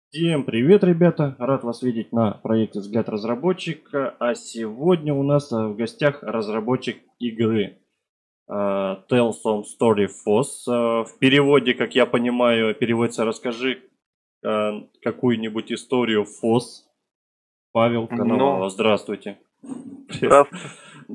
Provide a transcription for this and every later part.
Всем привет, ребята! Рад вас видеть на проекте «Взгляд разработчика». А сегодня у нас в гостях разработчик игры Tell Some Story FOSS. В переводе, как я понимаю, переводится «Расскажи какую-нибудь историю FOSS». Павел Ну, Коновалов, здравствуйте. здравствуйте.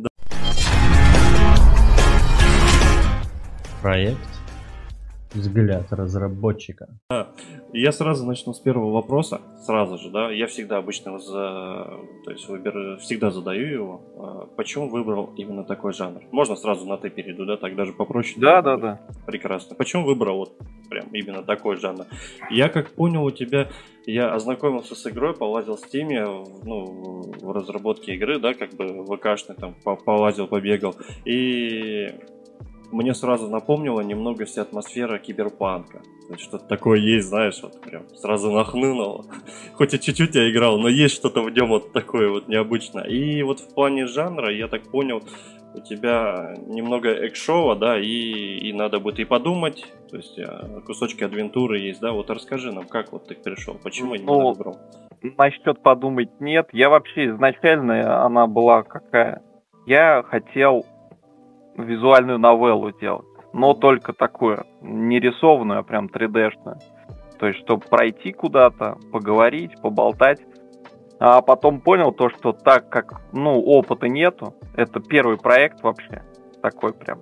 Проект «Взгляд разработчика». Я сразу начну с первого вопроса, сразу же, да. Я всегда обычно всегда задаю его. Почему выбрал именно такой жанр? Можно сразу на «ты» перейду, да, так даже попроще. Да. Прекрасно. Почему выбрал вот прям именно такой жанр? Я как понял у тебя, я ознакомился с игрой, полазил в Стиме, в разработке игры, да, как бы ВКшный там полазил, побегал. И мне сразу напомнило немного вся атмосфера киберпанка. Что-то такое есть, знаешь, вот прям сразу нахлынуло. Хоть и чуть-чуть я играл, но есть что-то в нем вот такое вот необычное. И вот в плане жанра, я так понял, у тебя немного экшова, да, и надо будет и подумать, то есть кусочки адвентуры есть, да, вот расскажи нам, как вот ты пришел, почему именно выбрал? Насчет подумать нет. Я вообще изначально, она была какая? Я хотел визуальную новеллу делать, но только такую, не рисованную, а прям 3D-шную. То есть, чтобы пройти куда-то, поговорить, поболтать. А потом понял то, что так как, опыта нету, это первый проект вообще, такой прям.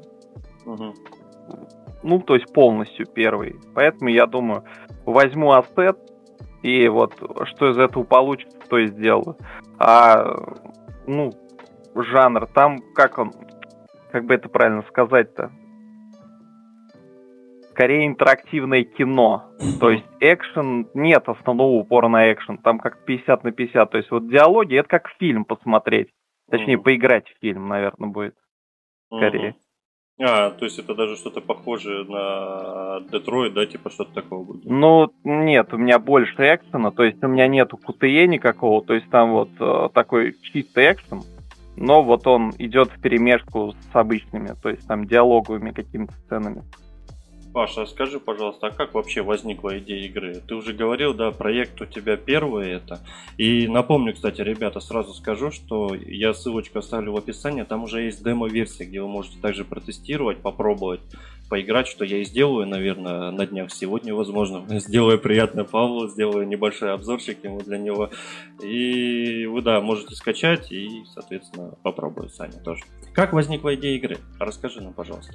То есть полностью первый. Поэтому я думаю, возьму ассет, и вот что из этого получится, то и сделаю. Жанр, там как бы это правильно сказать-то? Скорее интерактивное кино. То есть экшен, нет основного упора на экшен. Там как 50 на 50. То есть вот диалоги, это как фильм посмотреть. Точнее, поиграть в фильм, наверное, будет. Скорее. То есть это даже что-то похожее на Детройт, да, типа что-то такого будет? Нет, у меня больше экшена. То есть у меня нету QTE никакого. То есть там вот такой чистый экшен. Но вот он идет вперемешку с обычными, то есть там диалоговыми какими-то сценами. Паша, скажи, пожалуйста, а как вообще возникла идея игры? Ты уже говорил, да, проект у тебя первый это. И напомню, кстати, ребята, сразу скажу, что я ссылочку оставлю в описании. Там уже есть демо-версия, где вы можете также протестировать, попробовать, поиграть, что я и сделаю, наверное, на днях сегодня, возможно. Сделаю приятно Павлу, сделаю небольшой обзорчик ему для него. И вы, да, можете скачать и, соответственно, попробовать сами тоже. Как возникла идея игры? Расскажи нам, пожалуйста.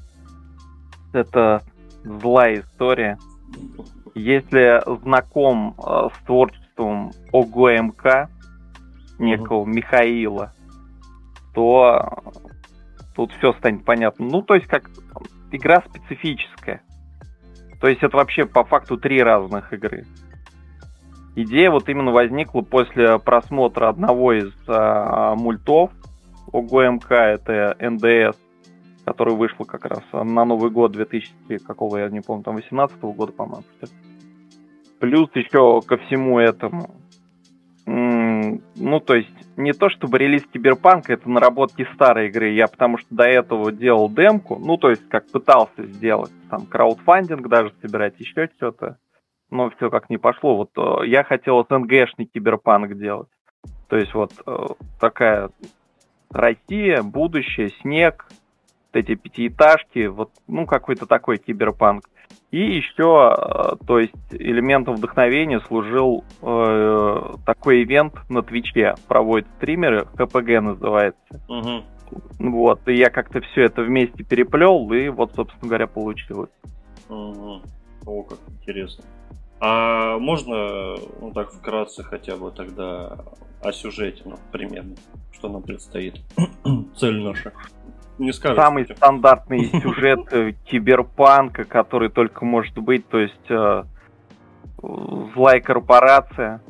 Это злая история. Если знаком с творчеством ОГМК, некого Михаила, то тут все станет понятно. То есть как игра специфическая. То есть это вообще по факту 3 разных игры. Идея вот именно возникла после просмотра одного из мультов ОГМК, это НДС, который вышел как раз на Новый год 2000, какого я не помню, там 18-го года, по-моему. Плюс еще ко всему этому, то есть не то чтобы релиз Киберпанка, это наработки старой игры, я потому что до этого делал демку, то есть как пытался сделать, там краудфандинг даже собирать, еще что-то, но все как не пошло. Вот я хотел СНГшный Киберпанк делать, то есть вот такая Россия, будущее, снег, эти пятиэтажки, вот, какой-то такой киберпанк. И еще, то есть, элементом вдохновения служил такой ивент на Твиче, проводят стримеры, ХПГ называется. Вот, и я как-то все это вместе переплел, и вот, собственно говоря, получилось. О, как интересно. А можно, так вкратце хотя бы тогда о сюжете, примерно, что нам предстоит, цель наша? Не скажешь, самый стандартный сюжет киберпанка, который только может быть, то есть злая корпорация,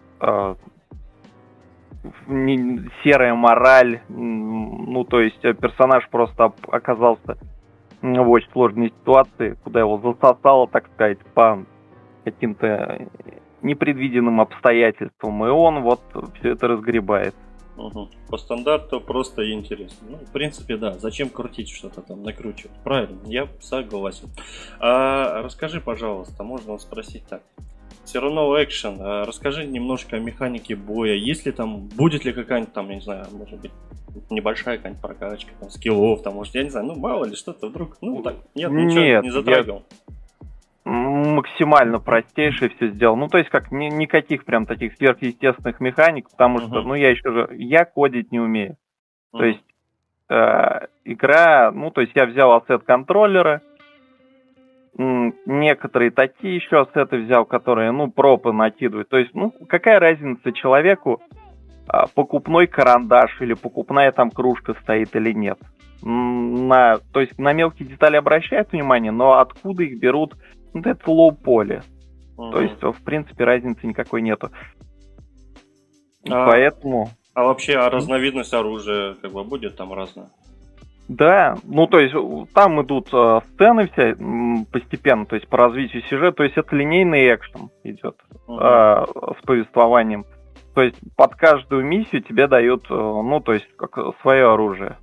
серая мораль, то есть персонаж просто оказался в очень сложной ситуации, куда его засосало, так сказать, по каким-то непредвиденным обстоятельствам, и он вот все это разгребает. По стандарту просто и интересно. В принципе, да. Зачем крутить что-то там, накручивать? Правильно, я согласен. А расскажи, пожалуйста, можно спросить так. все равно экшен. Расскажи немножко о механике боя. Есть ли там, будет ли какая-нибудь там, я не знаю, может быть, небольшая какая-нибудь прокачка, там, скиллов, там, может, я не знаю, ну, мало ли, что-то вдруг, ну, так, ничего не затрагивал. Максимально простейшее все сделал. Ну, то есть, как никаких прям таких сверхъестественных механик, потому что, ну, я кодить не умею. То есть, игра, ну, то есть, я взял ассет контроллера, некоторые такие еще ассеты взял, которые, ну, пропы накидывают. То есть, ну, какая разница человеку, покупной карандаш или покупная там кружка стоит или нет. То есть, на мелкие детали обращают внимание, но откуда их берут, ну, это лоу-поле. То есть, в принципе, разницы никакой нету. Поэтому... А вообще, разновидность оружия как бы будет там разная? Да, ну то есть там идут сцены все постепенно, то есть по развитию сюжета, то есть это линейный экшен идет с повествованием. То есть под каждую миссию тебе дают, ну то есть как свое оружие.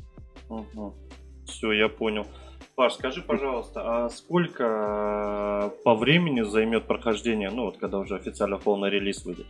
Все, я понял. Паш, скажи, пожалуйста, а сколько по времени займет прохождение, ну вот когда уже официально полный релиз выйдет?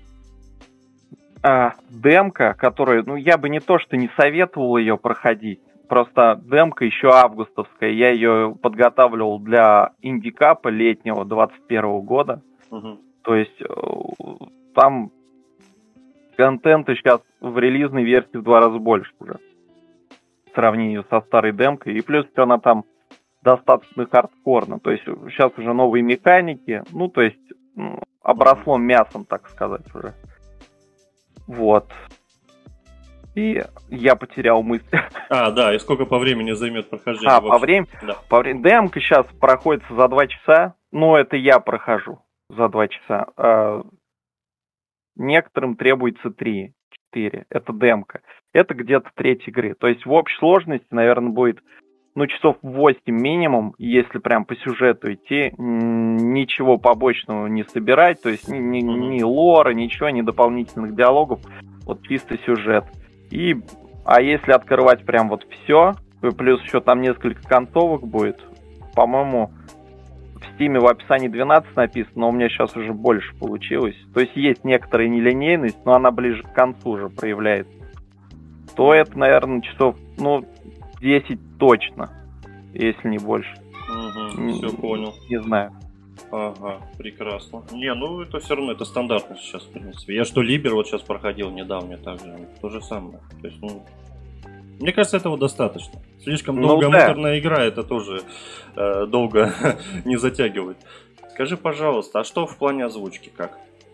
Демка, которую, ну я бы не то что не советовал ее проходить. Просто демка еще августовская. Я ее подготавливал для индикапа летнего 2021 года. То есть там контента сейчас в релизной версии в 2 раза больше уже. В сравнении со старой демкой. И плюс она там достаточно хардкорно. То есть сейчас уже новые механики. Ну, то есть обросло мясом, так сказать, уже. Вот. И я потерял мысль. Да, и сколько по времени займет прохождение? По времени? Да. Демка сейчас проходится за 2 часа. Ну, это я прохожу за 2 часа. Некоторым требуется 3-4. Это демка. Это где-то треть игры. То есть в общей сложности, наверное, будет, ну, часов 8 минимум, если прям по сюжету идти. Ничего побочного не собирать. То есть ни лора, ничего, ни дополнительных диалогов. Вот чисто сюжет. А если открывать прям вот все, плюс еще там несколько концовок будет, по-моему, в Стиме в описании 12 написано, но у меня сейчас уже больше получилось. То есть есть некоторая нелинейность, но она ближе к концу уже проявляется. То это, наверное, часов, 10 точно, если не больше. Все понял. Не знаю. Ага, прекрасно. Не, ну это все равно, это стандартно сейчас, в принципе. Я что, Либер вот сейчас проходил недавно также, то же самое. То есть, мне кажется, этого достаточно. Слишком долгомуторная игра, это тоже долго не затягивает. Скажи, пожалуйста, а что в плане озвучки, как?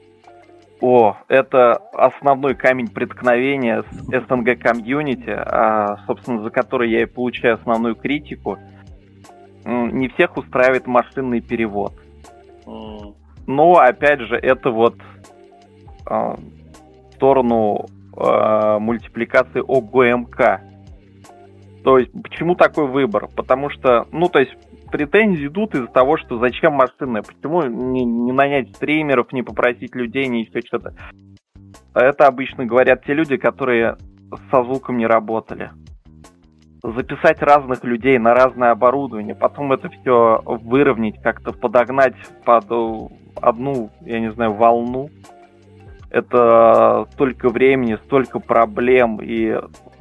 Это основной камень преткновения с СНГ комьюнити, собственно, за который я и получаю основную критику. Не всех устраивает машинный перевод. Но, опять же, это вот в сторону мультипликации ОГМК. То есть, почему такой выбор? Потому что, претензии идут из-за того, что зачем машинное? Почему не нанять стримеров, не попросить людей, не еще что-то? Это обычно говорят те люди, которые со звуком не работали. Записать разных людей на разное оборудование, потом это все выровнять, как-то подогнать под одну, я не знаю, волну. Это столько времени, столько проблем, и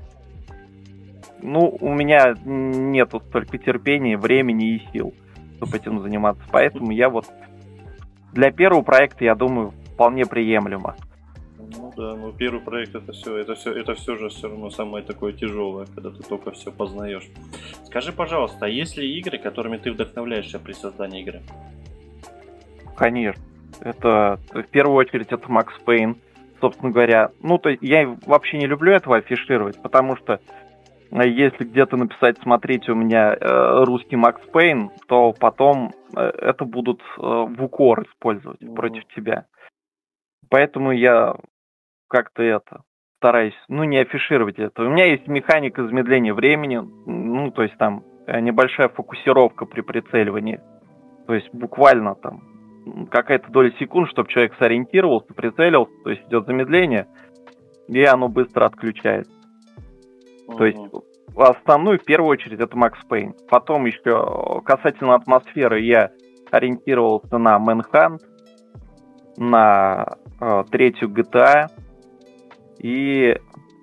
у меня нету столько терпения, времени и сил, чтобы этим заниматься. Поэтому я для первого проекта, я думаю, вполне приемлемо. Первый проект это все же все равно самое такое тяжелое, когда ты только все познаешь. Скажи, пожалуйста, а есть ли игры, которыми ты вдохновляешься при создании игры? Конечно. Это в первую очередь это Max Payne, собственно говоря. Я вообще не люблю этого афишировать, потому что если где-то написать, смотрите, у меня русский Max Payne, то потом это будут в укор использовать против тебя. Поэтому я как-то стараюсь, не афишировать это. У меня есть механика замедления времени, то есть там небольшая фокусировка при прицеливании. То есть буквально там какая-то доля секунд, чтобы человек сориентировался, прицелился, то есть идет замедление, и оно быстро отключается. То есть основную, в первую очередь, это Max Payne. Потом еще касательно атмосферы я ориентировался на Manhunt. на третью GTA и,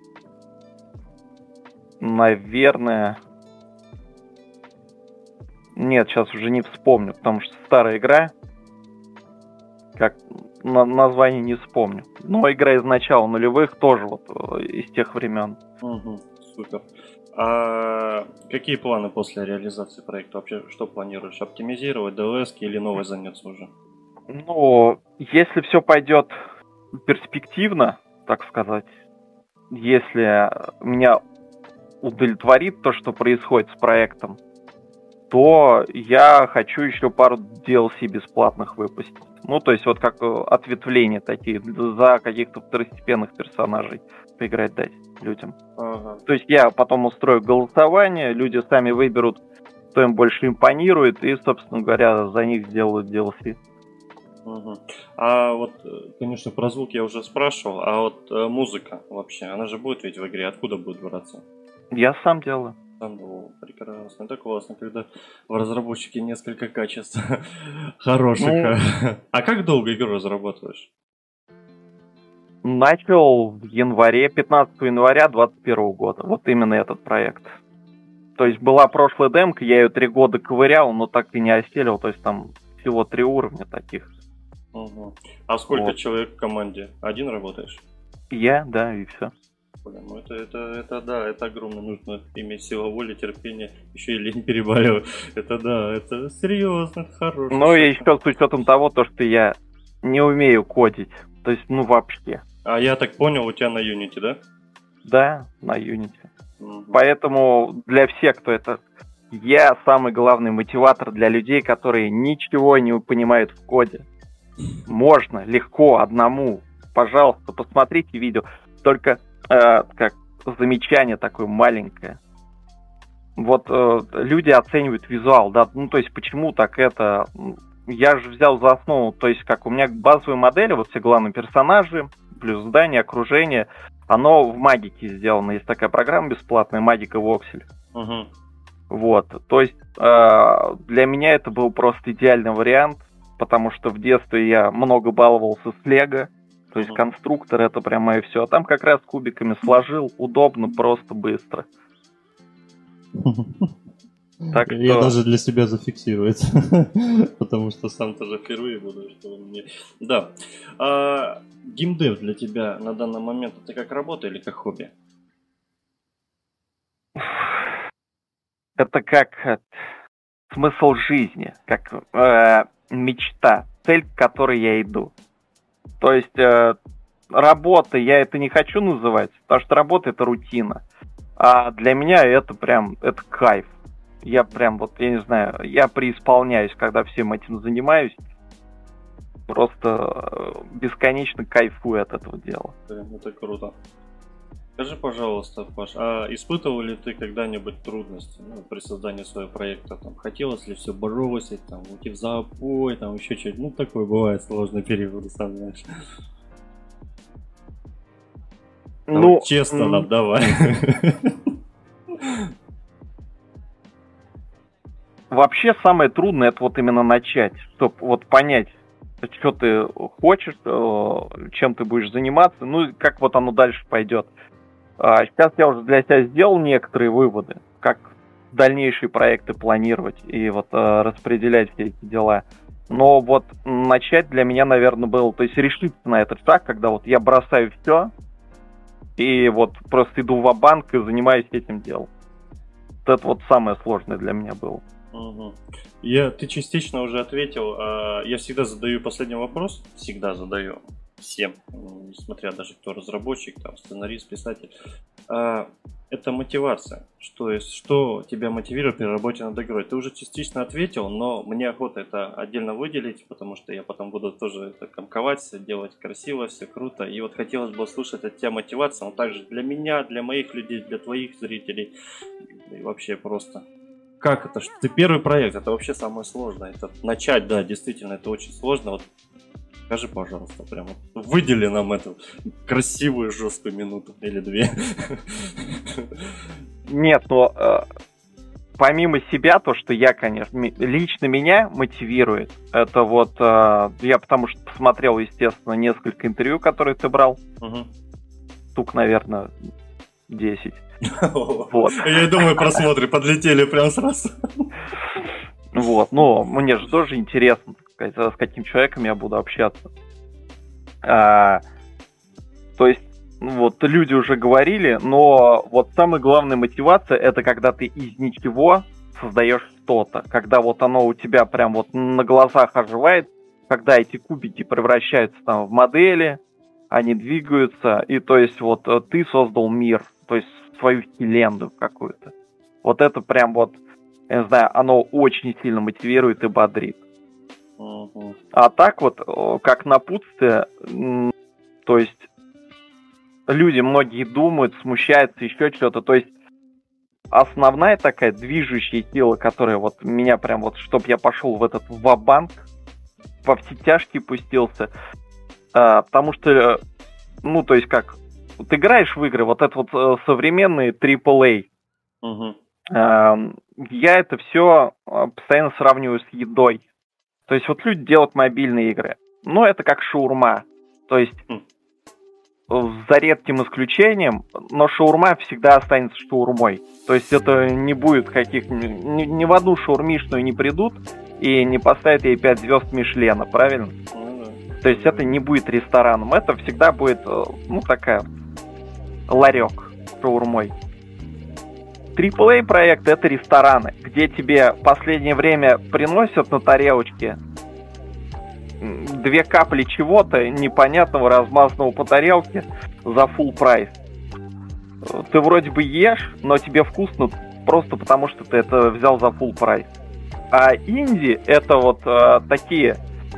наверное... Нет, сейчас уже не вспомню, потому что старая игра, как название не вспомню. Но игра из начала нулевых тоже вот из тех времен. Угу, супер. А какие планы после реализации проекта? Вообще, что планируешь? Оптимизировать DLS или новой заняться уже? Ну, если все пойдет перспективно, так сказать, если меня удовлетворит то, что происходит с проектом, то я хочу еще пару DLC бесплатных выпустить. Ну, то есть вот как ответвления такие, за каких-то второстепенных персонажей поиграть дать людям. Ага. То есть я потом устрою голосование, люди сами выберут, кто им больше импонирует, и, собственно говоря, за них сделают DLC. Угу. А вот, конечно, про звук я уже спрашивал, а вот музыка вообще, она же будет ведь в игре, откуда будет браться? Я сам делаю. О, прекрасно, это классно, когда в разработчике несколько качеств хороших. А как долго игру разрабатываешь? Начал в январе, 15 января 2021 года. Вот именно этот проект. То есть была прошлая демка, я ее 3 года ковырял, но так и не осилил. То есть там всего 3 уровня таких. Угу. А сколько Вот. человек в команде? Один работаешь? Я, да, и все. Блин, ну это да, это огромно. Нужно иметь силу воли, терпение, еще и лень переболевать. Это да, это серьезно, это хорошо. Ну и еще с учетом того, то, что я не умею кодить. То есть, ну вообще. А я так понял, у тебя на Unity, да? Да, на Unity. Угу. Поэтому для всех, кто это... Я самый главный мотиватор для людей, которые ничего не понимают в коде. Можно, легко, одному. Пожалуйста, посмотрите видео. Только как замечание такое маленькое. Вот люди оценивают визуал, да, ну то есть почему так это... Я же взял за основу, то есть как у меня базовые модели, вот все главные персонажи, плюс здание, окружение, оно в Магике сделано. Есть такая программа бесплатная, Magica Voxel. Угу. Вот, то есть для меня это был просто идеальный вариант, потому что в детстве я много баловался с Лего, то есть конструктор это прямо и все. А там как раз кубиками сложил, удобно, просто, быстро. Так Я что... даже для себя зафиксирую это, потому что Сам тоже впервые буду, что мне... Да. А геймдев для тебя на данный момент это как работа или как хобби? Это как смысл жизни, как мечта, цель, к которой я иду. То есть работа, я это не хочу называть, потому что работа это рутина. А для меня это прям, это кайф. Я прям вот, я не знаю, я преисполняюсь, когда всем этим занимаюсь. Просто бесконечно кайфую от этого дела. Блин, это круто. Скажи, пожалуйста, Паш, а испытывал ли ты когда-нибудь трудности при создании своего проекта? Там, хотелось ли все бросить, там, уйти в запой, там, еще что-нибудь? Ну, такое бывает, сложный период, сам знаешь. Ну, честно нам давай. Вообще самое трудное это вот именно начать, чтобы вот понять, что ты хочешь, чем ты будешь заниматься, ну и как вот оно дальше пойдет. Сейчас я уже для себя сделал некоторые выводы, как дальнейшие проекты планировать и вот распределять все эти дела. Но вот начать для меня, наверное, было, то есть решиться на этот шаг, когда вот я бросаю все и вот просто иду ва-банк и занимаюсь этим делом. Вот это вот самое сложное для меня было. Угу. Ты частично уже ответил. Я всегда задаю последний вопрос. Всегда задаю всем, несмотря даже кто разработчик, там, сценарист, писатель. Это мотивация. Что тебя мотивирует при работе над игрой? Ты уже частично ответил, но мне охота это отдельно выделить, потому что я потом буду тоже это комковать, делать красиво, все круто. И вот хотелось бы услышать от тебя мотивацию, но также для меня, для моих людей, для твоих зрителей. И вообще просто... Как это? Ты первый проект, это вообще самое сложное. Это начать, да, действительно, это очень сложно. Вот скажи, пожалуйста, прямо выдели нам эту красивую жесткую минуту или 2. Нет, но помимо себя, то, что я, конечно, лично меня мотивирует, это вот я потому что посмотрел, естественно, несколько интервью, которые ты брал. Штук, наверное, 10. Вот. Я думаю, просмотры подлетели прям сразу. Вот, ну, мне же тоже интересно, так сказать, с каким человеком я буду общаться. То есть, вот люди уже говорили, но вот самая главная мотивация — это когда ты из ничего создаешь что-то, когда вот оно у тебя прям вот на глазах оживает, когда эти кубики превращаются там в модели, они двигаются, и то есть вот ты создал мир, то есть свою вселенную какую-то. Вот это прям вот, я не знаю, оно очень сильно мотивирует и бодрит. А так вот, как напутствие, то есть люди многие думают, смущаются, еще что-то. То есть основная такая движущая сила, которая вот меня прям вот, чтоб я пошел в этот ва-банк, во все тяжкие пустился, потому что, ну, то есть как, ты играешь в игры, вот это вот современные AAA, я это все постоянно сравниваю с едой. То есть вот люди делают мобильные игры, но это как шаурма, то есть за редким исключением, но шаурма всегда останется шаурмой. То есть это не будет ни в одну шаурмишную не придут и не поставят ей 5 звезд Мишлена, правильно? То есть это не будет рестораном, это всегда будет, ну, такая ларек с шаурмой. AAA проект — это рестораны, где тебе в последнее время приносят на тарелочке 2 капли чего-то непонятного, размазанного по тарелке за full прайс. Ты вроде бы ешь, но тебе вкусно просто потому, что ты это взял за full прайс. А инди — это вот такие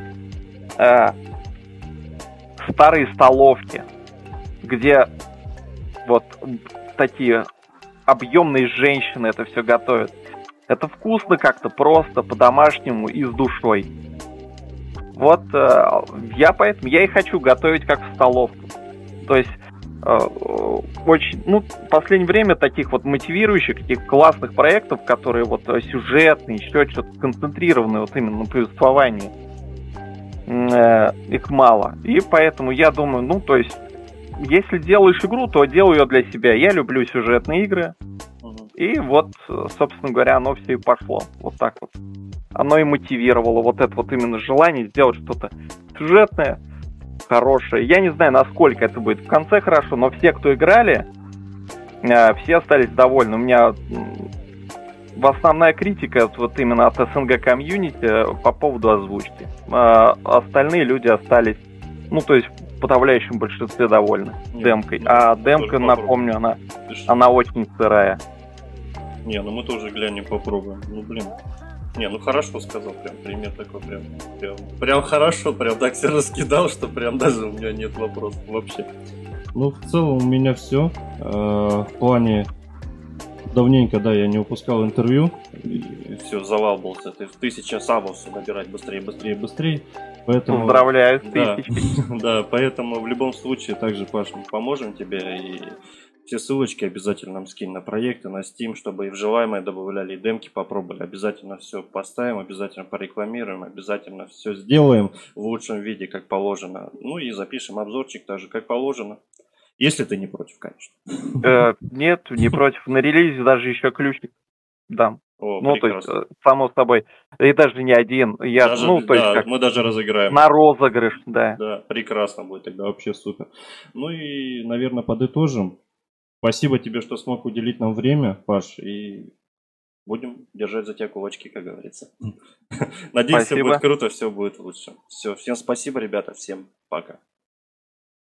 старые столовки, где вот такие объемные женщины это все готовят. Это вкусно как-то, просто, по-домашнему и с душой. Вот я поэтому и хочу готовить как в столовку. То есть очень, ну, в последнее время таких вот мотивирующих, таких классных проектов, которые вот сюжетные, еще что-то концентрированные вот именно на повествовании, их мало. И поэтому я думаю, ну, то есть, если делаешь игру, то делаю ее для себя. Я люблю сюжетные игры. И вот, собственно говоря, оно все и пошло. Вот так вот. Оно и мотивировало вот это вот именно желание сделать что-то сюжетное, хорошее. Я не знаю, насколько это будет в конце хорошо, но все, кто играли, все остались довольны. У меня основная критика вот именно от СНГ комьюнити по поводу озвучки. Остальные люди остались, ну, то есть в подавляющем большинстве довольны демкой. А демка, напомню, она очень сырая. Не, ну мы тоже глянем, попробуем. Ну, блин. Не, ну хорошо сказал, прям пример такой, прям хорошо, прям так все раскидал, что прям даже у меня нет вопросов вообще. Ну, в целом у меня все. В плане давненько, да, я не упускал интервью. И все, завал был с этой 1000 сабов набирать быстрее. Поэтому, поздравляю с да, 1000. да, поэтому в любом случае также, Паш, мы поможем тебе, и все ссылочки обязательно нам скинь на проекты, на Steam, чтобы и в желаемое добавляли, и демки попробовали. Обязательно все поставим, обязательно порекламируем, обязательно все сделаем в лучшем виде, как положено. Ну и запишем обзорчик тоже, как положено. Если ты не против, конечно. Нет, не против. На релизе даже еще ключик дам. О, ну, прекрасно. То есть, само собой. И даже не один. Я, даже, ну, то есть, да, как мы даже разыграем. на розыгрыш, да. Да, прекрасно будет тогда, вообще супер. Ну и, наверное, подытожим. Спасибо тебе, что смог уделить нам время, Паш, и будем держать за тебя кулачки, как говорится. Надеюсь, все будет круто, все будет лучше. Все, всем спасибо, ребята, всем пока.